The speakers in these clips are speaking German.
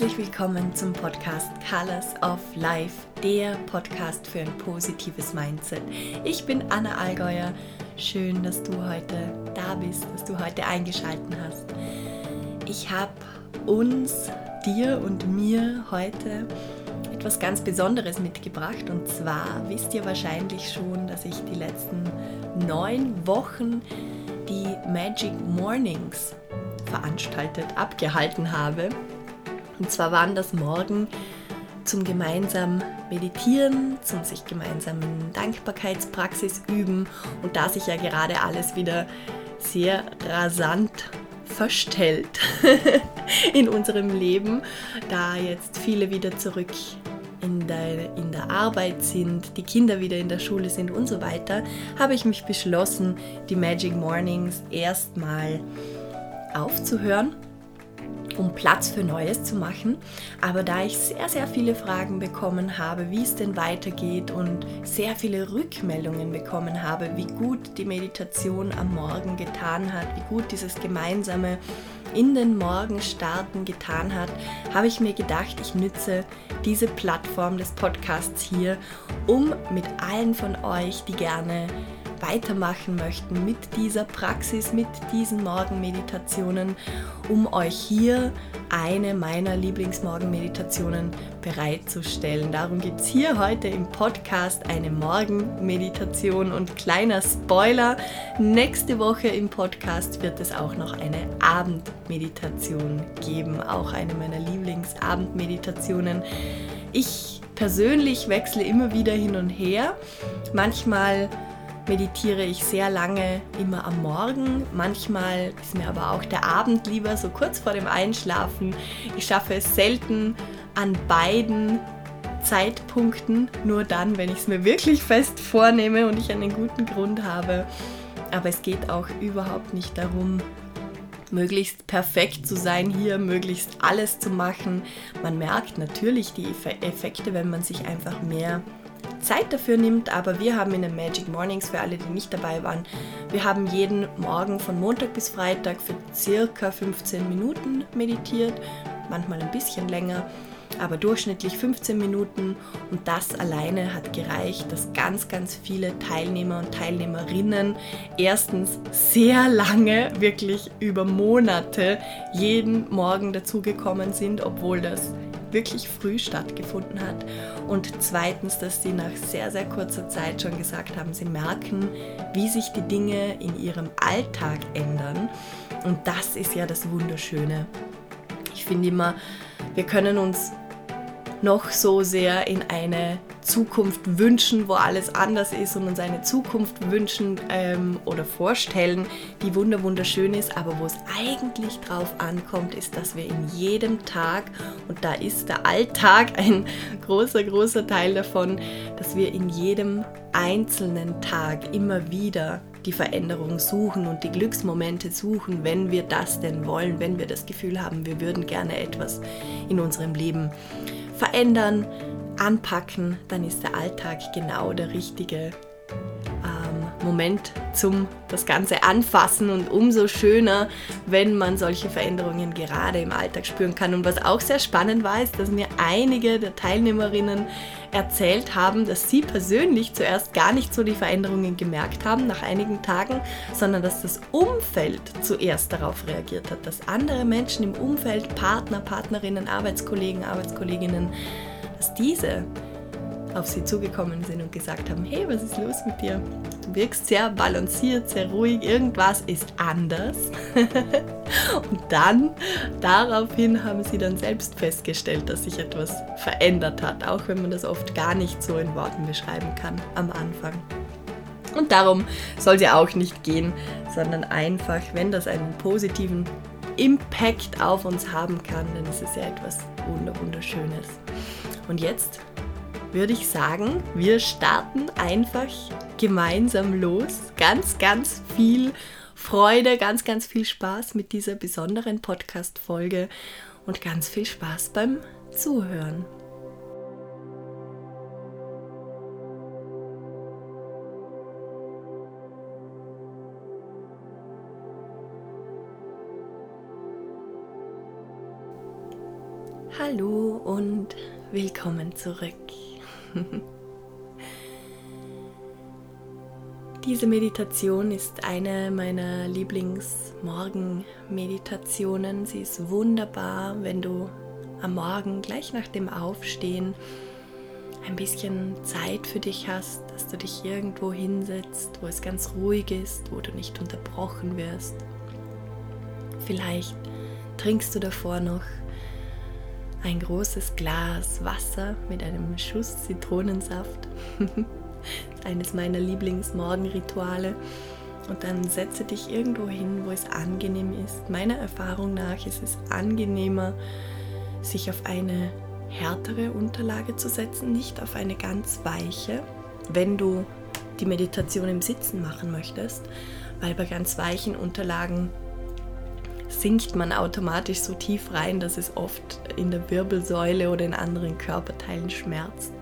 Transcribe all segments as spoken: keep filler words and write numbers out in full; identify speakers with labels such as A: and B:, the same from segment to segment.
A: Herzlich willkommen zum Podcast Colors of Life, der Podcast für ein positives Mindset. Ich bin Anna Allgäuer. Schön, dass du heute da bist, dass du heute eingeschaltet hast. Ich habe uns, dir und mir heute etwas ganz Besonderes mitgebracht. Und zwar wisst ihr wahrscheinlich schon, dass ich die letzten neun Wochen die Magic Mornings veranstaltet, abgehalten habe. Und zwar waren das Morgen zum gemeinsam Meditieren, zum sich gemeinsam in Dankbarkeitspraxis üben. Und da sich ja gerade alles wieder sehr rasant verstellt in unserem Leben, da jetzt viele wieder zurück in der, in der Arbeit sind, die Kinder wieder in der Schule sind und so weiter, habe ich mich beschlossen, die Magic Mornings erstmal aufzuhören, um Platz für Neues zu machen. Aber da ich sehr, sehr viele Fragen bekommen habe, wie es denn weitergeht und sehr viele Rückmeldungen bekommen habe, wie gut die Meditation am Morgen getan hat, wie gut dieses gemeinsame in den Morgen starten getan hat, habe ich mir gedacht, ich nütze diese Plattform des Podcasts hier, um mit allen von euch, die gerne weitermachen möchten mit dieser Praxis, mit diesen Morgenmeditationen, um euch hier eine meiner Lieblingsmorgenmeditationen bereitzustellen. Darum gibt es hier heute im Podcast eine Morgenmeditation und kleiner Spoiler, nächste Woche im Podcast wird es auch noch eine Abendmeditation geben, auch eine meiner Lieblingsabendmeditationen. Ich persönlich wechsle immer wieder hin und her, manchmal meditiere ich sehr lange immer am Morgen, manchmal ist mir aber auch der Abend lieber, so kurz vor dem Einschlafen. Ich schaffe es selten an beiden Zeitpunkten, nur dann, wenn ich es mir wirklich fest vornehme und ich einen guten Grund habe. Aber es geht auch überhaupt nicht darum, möglichst perfekt zu sein hier, möglichst alles zu machen. Man merkt natürlich die Effekte, wenn man sich einfach mehr Zeit dafür nimmt, aber wir haben in den Magic Mornings, für alle, die nicht dabei waren, wir haben jeden Morgen von Montag bis Freitag für circa fünfzehn Minuten meditiert, manchmal ein bisschen länger, aber durchschnittlich fünfzehn Minuten, und das alleine hat gereicht, dass ganz, ganz viele Teilnehmer und Teilnehmerinnen erstens sehr lange, wirklich über Monate, jeden Morgen dazugekommen sind, obwohl das wirklich früh stattgefunden hat, und zweitens, dass sie nach sehr, sehr kurzer Zeit schon gesagt haben, sie merken, wie sich die Dinge in ihrem Alltag ändern, und das ist ja das Wunderschöne. Ich finde immer, wir können uns noch so sehr in eine Zukunft wünschen, wo alles anders ist, und uns eine Zukunft wünschen ähm, oder vorstellen, die wunder wunderschön ist, aber wo es eigentlich drauf ankommt, ist, dass wir in jedem Tag, und da ist der Alltag ein großer, großer Teil davon, dass wir in jedem einzelnen Tag immer wieder die Veränderung suchen und die Glücksmomente suchen, wenn wir das denn wollen, wenn wir das Gefühl haben, wir würden gerne etwas in unserem Leben verändern, anpacken, dann ist der Alltag genau der richtige ähm, Moment zum das Ganze anfassen, und umso schöner, wenn man solche Veränderungen gerade im Alltag spüren kann. Und was auch sehr spannend war, ist, dass mir einige der Teilnehmerinnen erzählt haben, dass sie persönlich zuerst gar nicht so die Veränderungen gemerkt haben nach einigen Tagen, sondern dass das Umfeld zuerst darauf reagiert hat, dass andere Menschen im Umfeld, Partner, Partnerinnen, Arbeitskollegen, Arbeitskolleginnen, dass diese auf sie zugekommen sind und gesagt haben, hey, was ist los mit dir? Du wirkst sehr balanciert, sehr ruhig, irgendwas ist anders. Und dann, daraufhin haben sie dann selbst festgestellt, dass sich etwas verändert hat, auch wenn man das oft gar nicht so in Worten beschreiben kann am Anfang. Und darum soll es ja auch nicht gehen, sondern einfach, wenn das einen positiven Impact auf uns haben kann, dann ist es ja etwas Wunderschönes. Und jetzt würde ich sagen, wir starten einfach gemeinsam los. Ganz, ganz viel Freude, ganz, ganz viel Spaß mit dieser besonderen Podcast-Folge und ganz viel Spaß beim Zuhören. Hallo und willkommen zurück. Diese Meditation ist eine meiner Lieblingsmorgenmeditationen. Sie ist wunderbar, wenn du am Morgen gleich nach dem Aufstehen ein bisschen Zeit für dich hast, dass du dich irgendwo hinsetzt, wo es ganz ruhig ist, wo du nicht unterbrochen wirst. Vielleicht trinkst du davor noch ein großes Glas Wasser mit einem Schuss Zitronensaft. Eines meiner Lieblingsmorgenrituale. Und dann setze dich irgendwo hin, wo es angenehm ist. Meiner Erfahrung nach ist es angenehmer, sich auf eine härtere Unterlage zu setzen, nicht auf eine ganz weiche, wenn du die Meditation im Sitzen machen möchtest, weil bei ganz weichen Unterlagen sinkt man automatisch so tief rein, dass es oft in der Wirbelsäule oder in anderen Körperteilen schmerzt.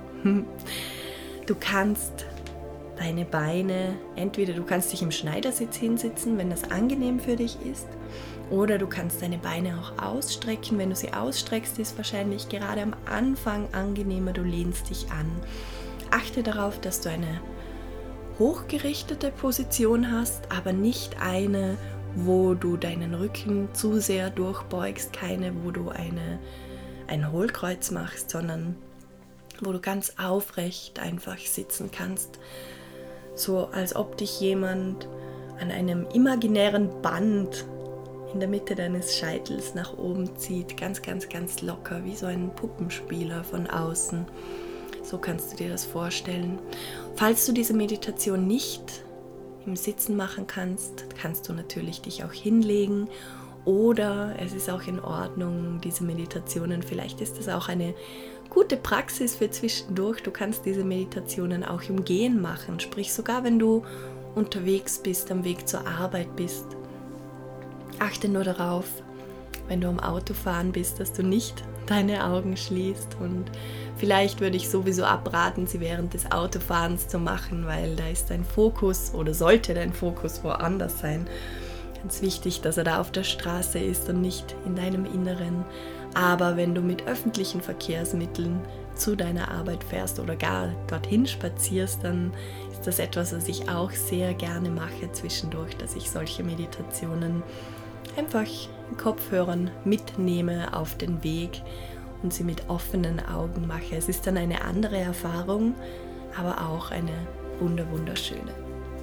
A: Du kannst deine Beine, entweder du kannst dich im Schneidersitz hinsitzen, wenn das angenehm für dich ist, oder du kannst deine Beine auch ausstrecken. Wenn du sie ausstreckst, ist wahrscheinlich gerade am Anfang angenehmer, du lehnst dich an. Achte darauf, dass du eine hochgerichtete Position hast, aber nicht eine, wo du deinen Rücken zu sehr durchbeugst, keine, wo du eine, ein Hohlkreuz machst, sondern wo du ganz aufrecht einfach sitzen kannst, so als ob dich jemand an einem imaginären Band in der Mitte deines Scheitels nach oben zieht, ganz, ganz, ganz locker, wie so ein Puppenspieler von außen. So kannst du dir das vorstellen. Falls du diese Meditation nicht im Sitzen machen kannst, kannst du natürlich dich auch hinlegen, oder es ist auch in Ordnung, diese Meditationen, vielleicht ist das auch eine gute Praxis für zwischendurch. Du kannst diese Meditationen auch im Gehen machen, sprich sogar wenn du unterwegs bist, am Weg zur Arbeit bist. Achte nur darauf, wenn du am Autofahren bist, dass du nicht deine Augen schließt, und vielleicht würde ich sowieso abraten, sie während des Autofahrens zu machen, weil da ist dein Fokus oder sollte dein Fokus woanders sein. Ganz wichtig, dass er da auf der Straße ist und nicht in deinem Inneren. Aber wenn du mit öffentlichen Verkehrsmitteln zu deiner Arbeit fährst oder gar dorthin spazierst, dann ist das etwas, was ich auch sehr gerne mache zwischendurch, dass ich solche Meditationen einfach in Kopfhörern mitnehme auf den Weg und sie mit offenen Augen mache. Es ist dann eine andere Erfahrung, aber auch eine wunder wunderschöne.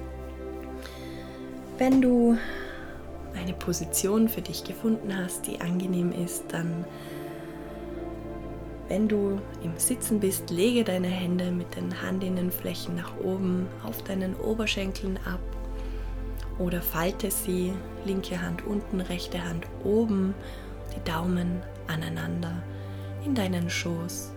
A: Wenn du eine Position für dich gefunden hast, die angenehm ist, dann, wenn du im Sitzen bist, lege deine Hände mit den Handinnenflächen nach oben auf deinen Oberschenkeln ab oder falte sie, linke Hand unten, rechte Hand oben, die Daumen aneinander in deinen Schoß.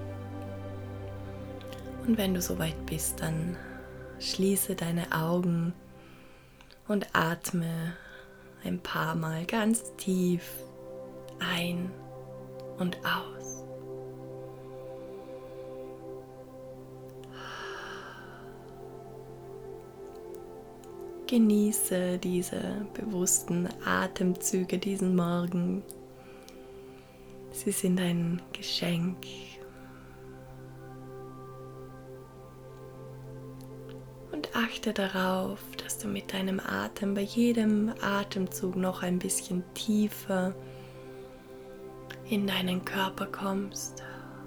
A: Und wenn du soweit bist, dann schließe deine Augen und atme ein paar Mal ganz tief ein und aus. Genieße diese bewussten Atemzüge diesen Morgen. Sie sind ein Geschenk. Und achte darauf, dass du mit deinem Atem bei jedem Atemzug noch ein bisschen tiefer in deinen Körper kommst,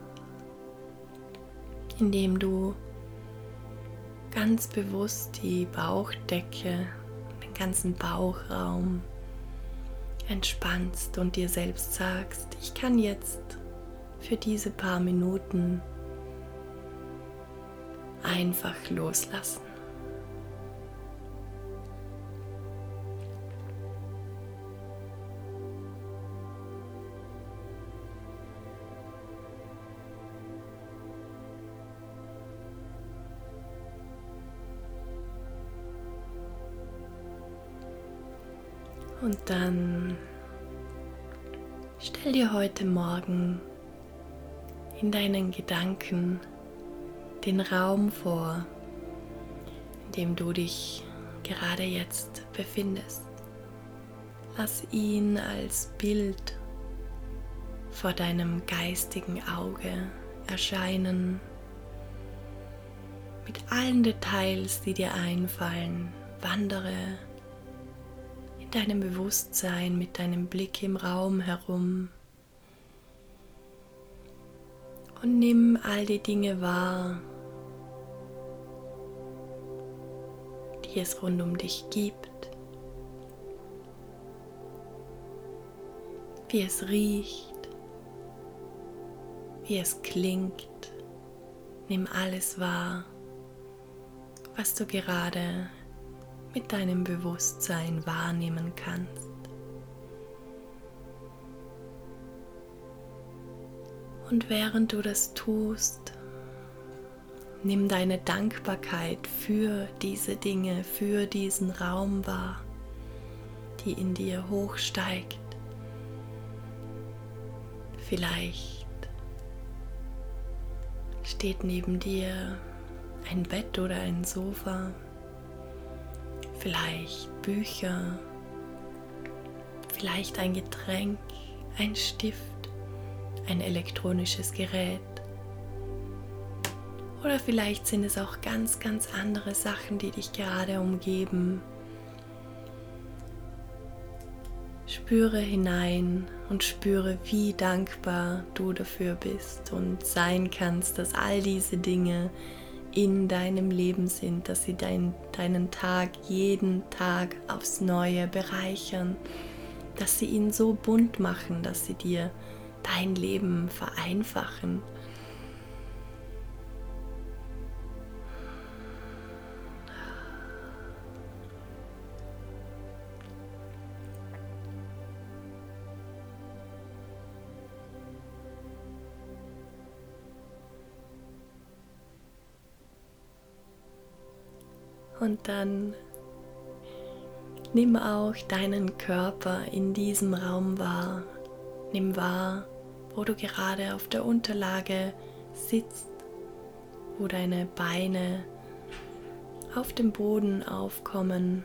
A: indem du ganz bewusst die Bauchdecke, den ganzen Bauchraum entspannst und dir selbst sagst, ich kann jetzt für diese paar Minuten einfach loslassen. Und dann stell dir heute Morgen in deinen Gedanken den Raum vor, in dem du dich gerade jetzt befindest. Lass ihn als Bild vor deinem geistigen Auge erscheinen, mit allen Details, die dir einfallen. Wandere in deinem Bewusstsein mit deinem Blick im Raum herum und nimm all die Dinge wahr, die es rund um dich gibt, wie es riecht, wie es klingt. Nimm alles wahr, was du gerade mit deinem Bewusstsein wahrnehmen kannst. Und während du das tust, nimm deine Dankbarkeit für diese Dinge, für diesen Raum wahr, die in dir hochsteigt. Vielleicht steht neben dir ein Bett oder ein Sofa, vielleicht Bücher, vielleicht ein Getränk, ein Stift, ein elektronisches Gerät. Oder vielleicht sind es auch ganz, ganz andere Sachen, die dich gerade umgeben. Spüre hinein und spüre, wie dankbar du dafür bist und sein kannst, dass all diese Dinge in deinem Leben sind, dass sie dein, deinen Tag jeden Tag aufs Neue bereichern, dass sie ihn so bunt machen, dass sie dir dein Leben vereinfachen. Und dann nimm auch deinen Körper in diesem Raum wahr. Nimm wahr, wo du gerade auf der Unterlage sitzt, wo deine Beine auf dem Boden aufkommen.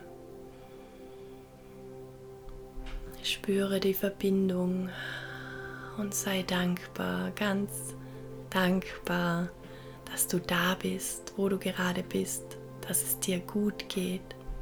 A: Spüre die Verbindung und sei dankbar, ganz dankbar, dass du da bist, wo du gerade bist, dass es dir gut geht.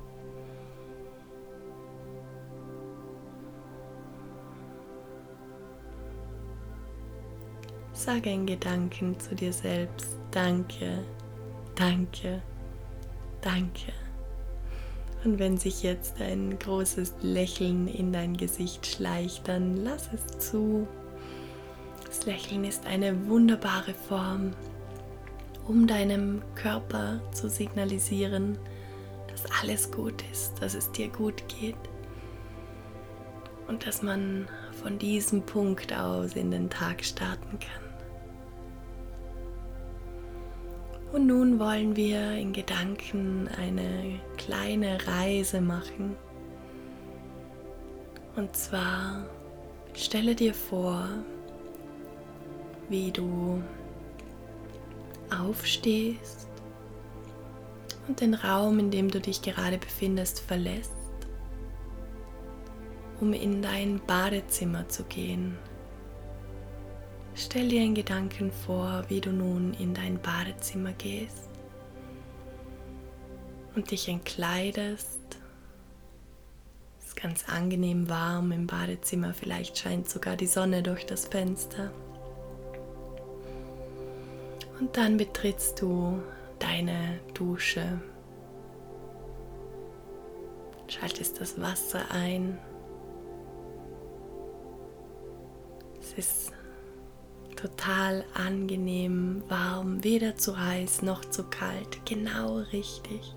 A: Sage in Gedanken zu dir selbst: Danke, danke, danke. Und wenn sich jetzt ein großes Lächeln in dein Gesicht schleicht, dann lass es zu. Das Lächeln ist eine wunderbare Form, um deinem Körper zu signalisieren, dass alles gut ist, dass es dir gut geht und dass man von diesem Punkt aus in den Tag starten kann. Und nun wollen wir in Gedanken eine kleine Reise machen. Und zwar stelle dir vor, wie du aufstehst und den Raum, in dem du dich gerade befindest, verlässt, um in dein Badezimmer zu gehen. Stell dir in Gedanken vor, wie du nun in dein Badezimmer gehst und dich entkleidest. Es ist ganz angenehm warm im Badezimmer, vielleicht scheint sogar die Sonne durch das Fenster. Und dann betrittst du deine Dusche, schaltest das Wasser ein. Es ist total angenehm warm, weder zu heiß noch zu kalt, genau richtig.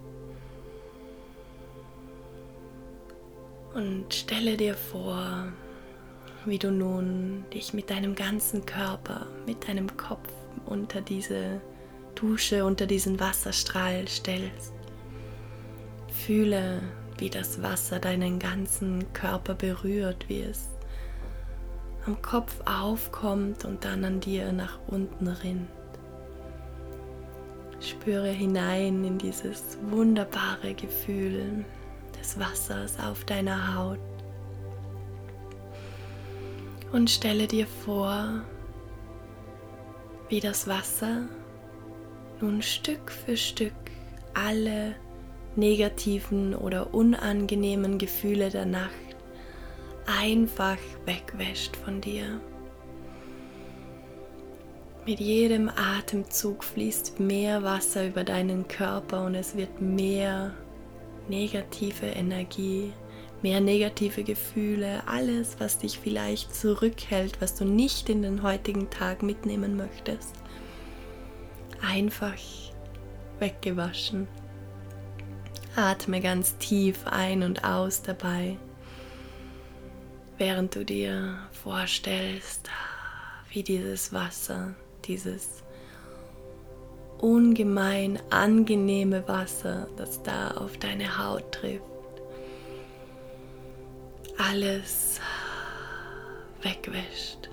A: Und stelle dir vor, wie du nun dich mit deinem ganzen Körper, mit deinem Kopf unter diese Dusche, unter diesen Wasserstrahl stellst. Fühle, wie das Wasser deinen ganzen Körper berührt, wie es am Kopf aufkommt und dann an dir nach unten rinnt. Spüre hinein in dieses wunderbare Gefühl des Wassers auf deiner Haut. Und stelle dir vor, wie das Wasser nun Stück für Stück alle negativen oder unangenehmen Gefühle der Nacht einfach wegwäscht von dir. Mit jedem Atemzug fließt mehr Wasser über deinen Körper und es wird mehr negative Energie, mehr negative Gefühle, alles, was dich vielleicht zurückhält, was du nicht in den heutigen Tag mitnehmen möchtest, einfach weggewaschen. Atme ganz tief ein und aus dabei, während du dir vorstellst, wie dieses Wasser, dieses ungemein angenehme Wasser, das da auf deine Haut trifft, alles wegwäscht.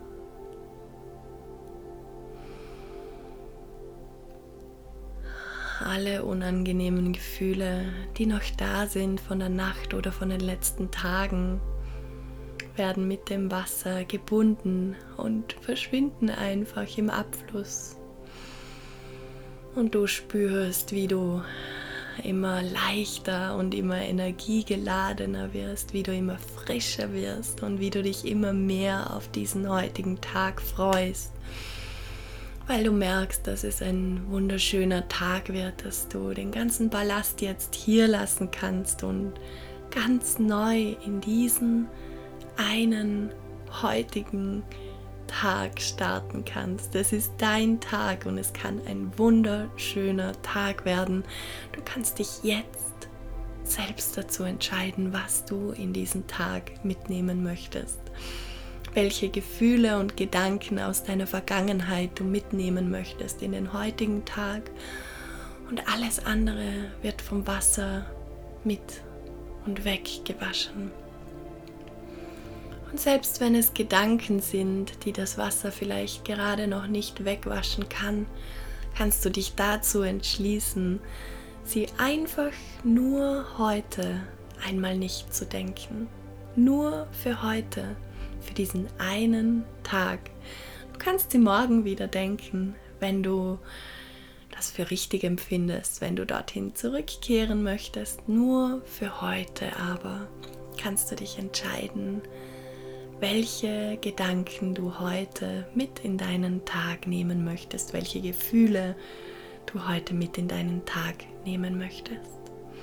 A: Alle unangenehmen Gefühle, die noch da sind von der Nacht oder von den letzten Tagen, werden mit dem Wasser gebunden und verschwinden einfach im Abfluss. Und du spürst, wie du immer leichter und immer energiegeladener wirst, wie du immer frischer wirst und wie du dich immer mehr auf diesen heutigen Tag freust, weil du merkst, dass es ein wunderschöner Tag wird, dass du den ganzen Ballast jetzt hier lassen kannst und ganz neu in diesen einen heutigen Tag starten kannst. Es ist dein Tag und es kann ein wunderschöner Tag werden. Du kannst dich jetzt selbst dazu entscheiden, was du in diesen Tag mitnehmen möchtest. Welche Gefühle und Gedanken aus deiner Vergangenheit du mitnehmen möchtest in den heutigen Tag. Und alles andere wird vom Wasser mit und weggewaschen. Und selbst wenn es Gedanken sind, die das Wasser vielleicht gerade noch nicht wegwaschen kann, kannst du dich dazu entschließen, sie einfach nur heute einmal nicht zu denken. Nur für heute, für diesen einen Tag. Du kannst sie morgen wieder denken, wenn du das für richtig empfindest, wenn du dorthin zurückkehren möchtest. Nur für heute aber kannst du dich entscheiden, welche Gedanken du heute mit in deinen Tag nehmen möchtest, welche Gefühle du heute mit in deinen Tag nehmen möchtest.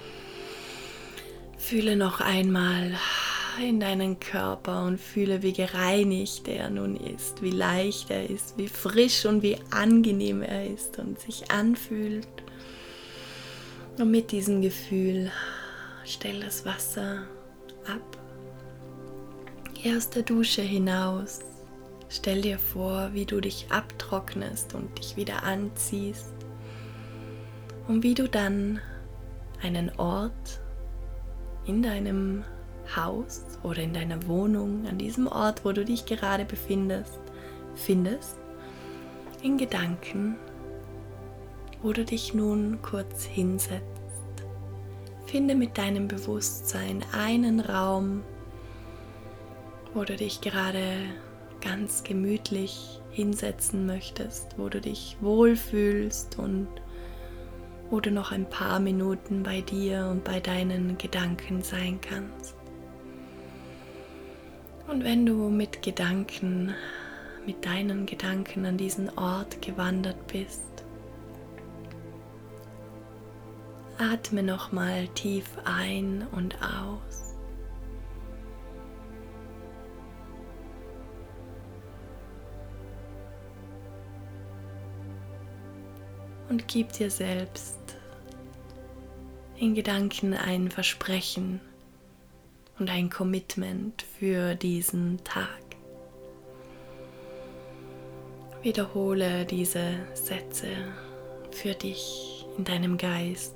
A: Fühle noch einmal in deinen Körper und fühle, wie gereinigt er nun ist, wie leicht er ist, wie frisch und wie angenehm er ist und sich anfühlt. Und mit diesem Gefühl stell das Wasser ab. Geh aus der Dusche hinaus, stell dir vor, wie du dich abtrocknest und dich wieder anziehst und wie du dann einen Ort in deinem Haus oder in deiner Wohnung, an diesem Ort, wo du dich gerade befindest, findest, in Gedanken, wo du dich nun kurz hinsetzt. Finde mit deinem Bewusstsein einen Raum, wo du dich gerade ganz gemütlich hinsetzen möchtest, wo du dich wohlfühlst und wo du noch ein paar Minuten bei dir und bei deinen Gedanken sein kannst. Und wenn du mit Gedanken, mit deinen Gedanken an diesen Ort gewandert bist, atme nochmal tief ein und aus. Und gib dir selbst in Gedanken ein Versprechen und ein Commitment für diesen Tag. Wiederhole diese Sätze für dich in deinem Geist.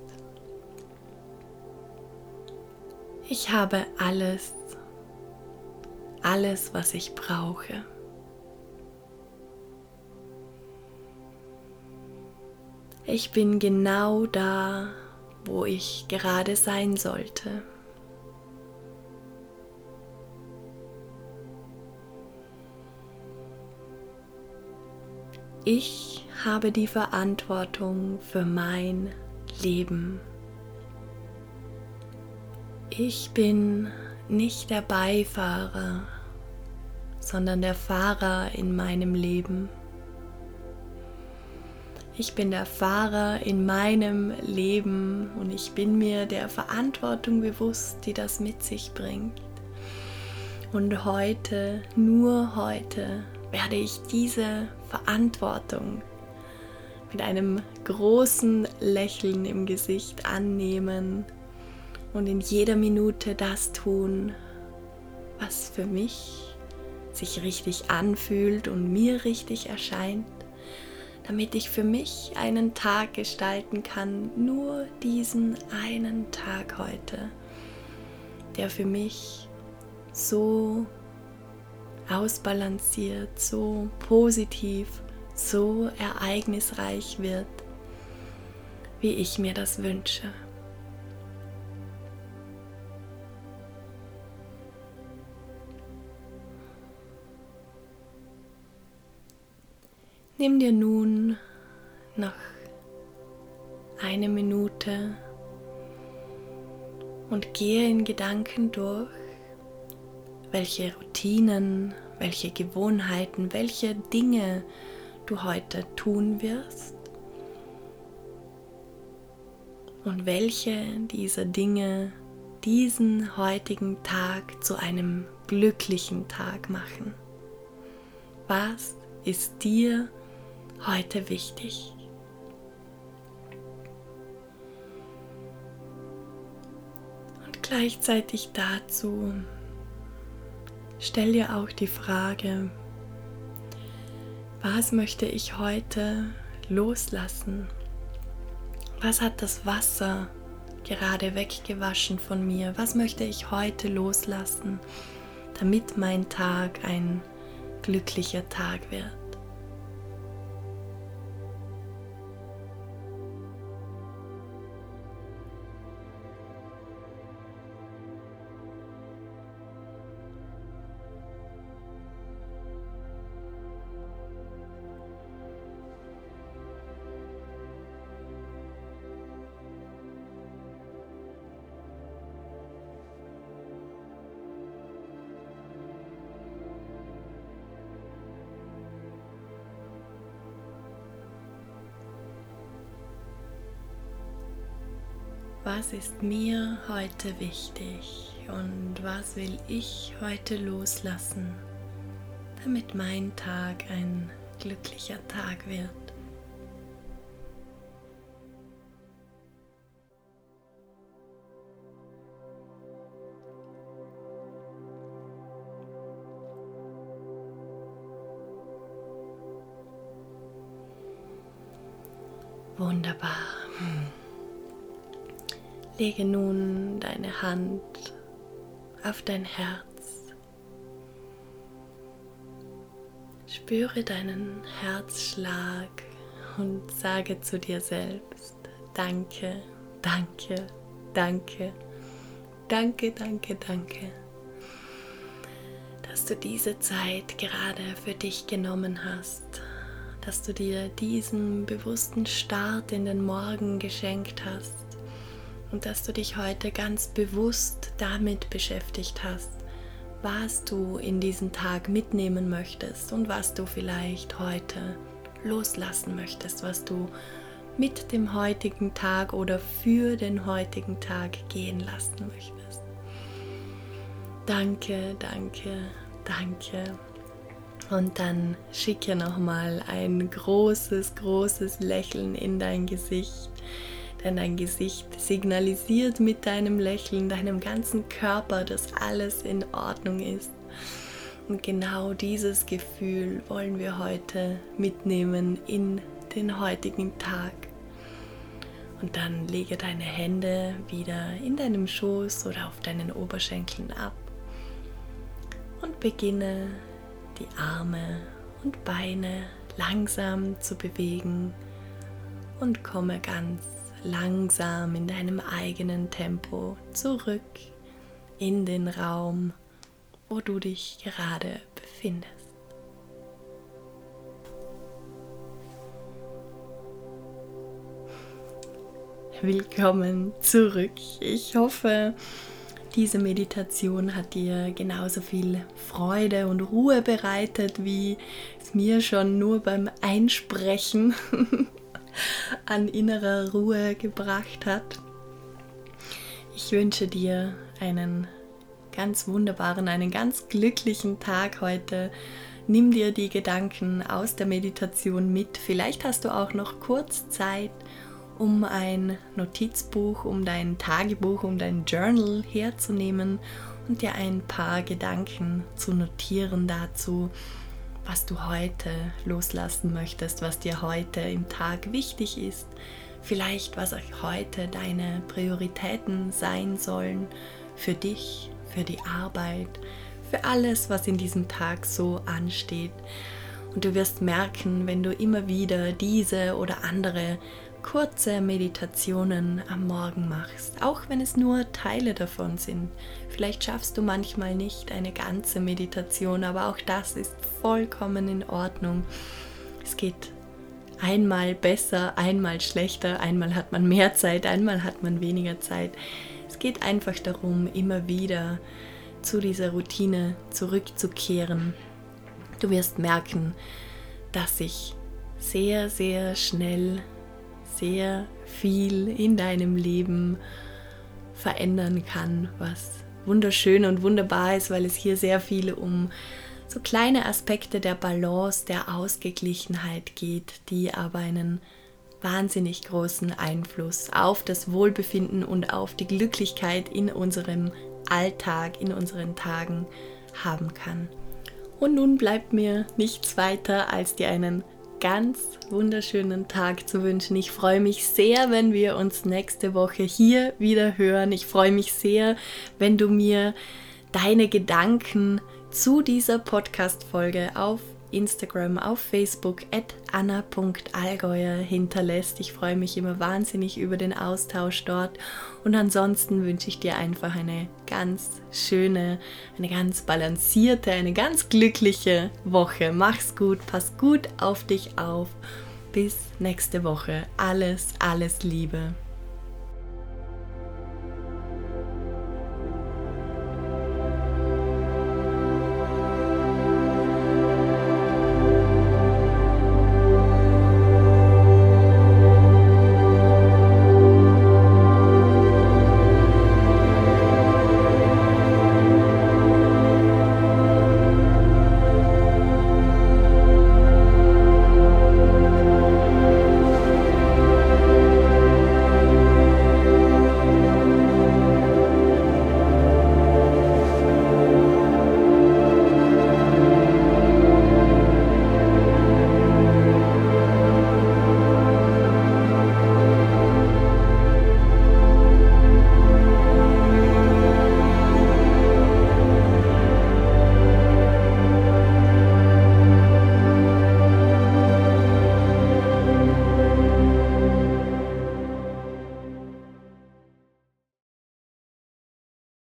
A: Ich habe alles, alles, was ich brauche. Ich bin genau da, wo ich gerade sein sollte. Ich habe die Verantwortung für mein Leben. Ich bin nicht der Beifahrer, sondern der Fahrer in meinem Leben. Ich bin der Fahrer in meinem Leben und ich bin mir der Verantwortung bewusst, die das mit sich bringt. Und heute, nur heute, werde ich diese Verantwortung mit einem großen Lächeln im Gesicht annehmen und in jeder Minute das tun, was für mich sich richtig anfühlt und mir richtig erscheint, damit ich für mich einen Tag gestalten kann, nur diesen einen Tag heute, der für mich so ausbalanciert, so positiv, so ereignisreich wird, wie ich mir das wünsche. Nimm dir nun noch eine Minute und gehe in Gedanken durch, welche Routinen, welche Gewohnheiten, welche Dinge du heute tun wirst und welche dieser Dinge diesen heutigen Tag zu einem glücklichen Tag machen. Was ist dir heute wichtig? Und gleichzeitig dazu stell dir auch die Frage, was möchte ich heute loslassen? Was hat das Wasser gerade weggewaschen von mir? Was möchte ich heute loslassen, damit mein Tag ein glücklicher Tag wird? Was ist mir heute wichtig und was will ich heute loslassen, damit mein Tag ein glücklicher Tag wird? Wunderbar. Lege nun deine Hand auf dein Herz. Spüre deinen Herzschlag und sage zu dir selbst: Danke, danke, danke, danke, danke, danke, dass du diese Zeit gerade für dich genommen hast, dass du dir diesen bewussten Start in den Morgen geschenkt hast. Und dass du dich heute ganz bewusst damit beschäftigt hast, was du in diesen Tag mitnehmen möchtest und was du vielleicht heute loslassen möchtest, was du mit dem heutigen Tag oder für den heutigen Tag gehen lassen möchtest. Danke, danke, danke. Und dann schicke nochmal ein großes, großes Lächeln in dein Gesicht. Denn dein Gesicht signalisiert mit deinem Lächeln, deinem ganzen Körper, dass alles in Ordnung ist. Und genau dieses Gefühl wollen wir heute mitnehmen in den heutigen Tag. Und dann lege deine Hände wieder in deinem Schoß oder auf deinen Oberschenkeln ab und beginne die Arme und Beine langsam zu bewegen und komme ganz langsam in deinem eigenen Tempo zurück in den Raum, wo du dich gerade befindest. willkommen zurück. Ich hoffe, diese Meditation hat dir genauso viel Freude und Ruhe bereitet, wie es mir schon nur beim Einsprechen an innerer Ruhe gebracht hat. Ich wünsche dir einen ganz wunderbaren, einen ganz glücklichen Tag heute. Nimm dir die Gedanken aus der Meditation mit. Vielleicht hast du auch noch kurz Zeit, um ein Notizbuch, um dein Tagebuch, um dein Journal herzunehmen und dir ein paar Gedanken zu notieren dazu, was du heute loslassen möchtest, was dir heute im Tag wichtig ist. Vielleicht, was auch heute deine Prioritäten sein sollen für dich, für die Arbeit, für alles, was in diesem Tag so ansteht. Und du wirst merken, wenn du immer wieder diese oder andere kurze Meditationen am Morgen machst, auch wenn es nur Teile davon sind. Vielleicht schaffst du manchmal nicht eine ganze Meditation, aber auch das ist vollkommen in Ordnung. Es geht einmal besser, einmal schlechter, einmal hat man mehr Zeit, einmal hat man weniger Zeit. Es geht einfach darum, immer wieder zu dieser Routine zurückzukehren. Du wirst merken, dass sich sehr, sehr schnell sehr viel in deinem Leben verändern kann, was wunderschön und wunderbar ist, weil es hier sehr viel um so kleine Aspekte der Balance, der Ausgeglichenheit geht, die aber einen wahnsinnig großen Einfluss auf das Wohlbefinden und auf die Glücklichkeit in unserem Alltag, in unseren Tagen haben kann. Und nun bleibt mir nichts weiter, als dir einen ganz wunderschönen Tag zu wünschen. Ich freue mich sehr, wenn wir uns nächste Woche hier wieder hören. Ich freue mich sehr, wenn du mir deine Gedanken zu dieser Podcast-Folge auf Instagram, auf Facebook at anna punkt allgäuer hinterlässt. Ich freue mich immer wahnsinnig über den Austausch dort und ansonsten wünsche ich dir einfach eine ganz schöne, eine ganz balancierte, eine ganz glückliche Woche. Mach's gut, pass gut auf dich auf. Bis nächste Woche. Alles, alles Liebe.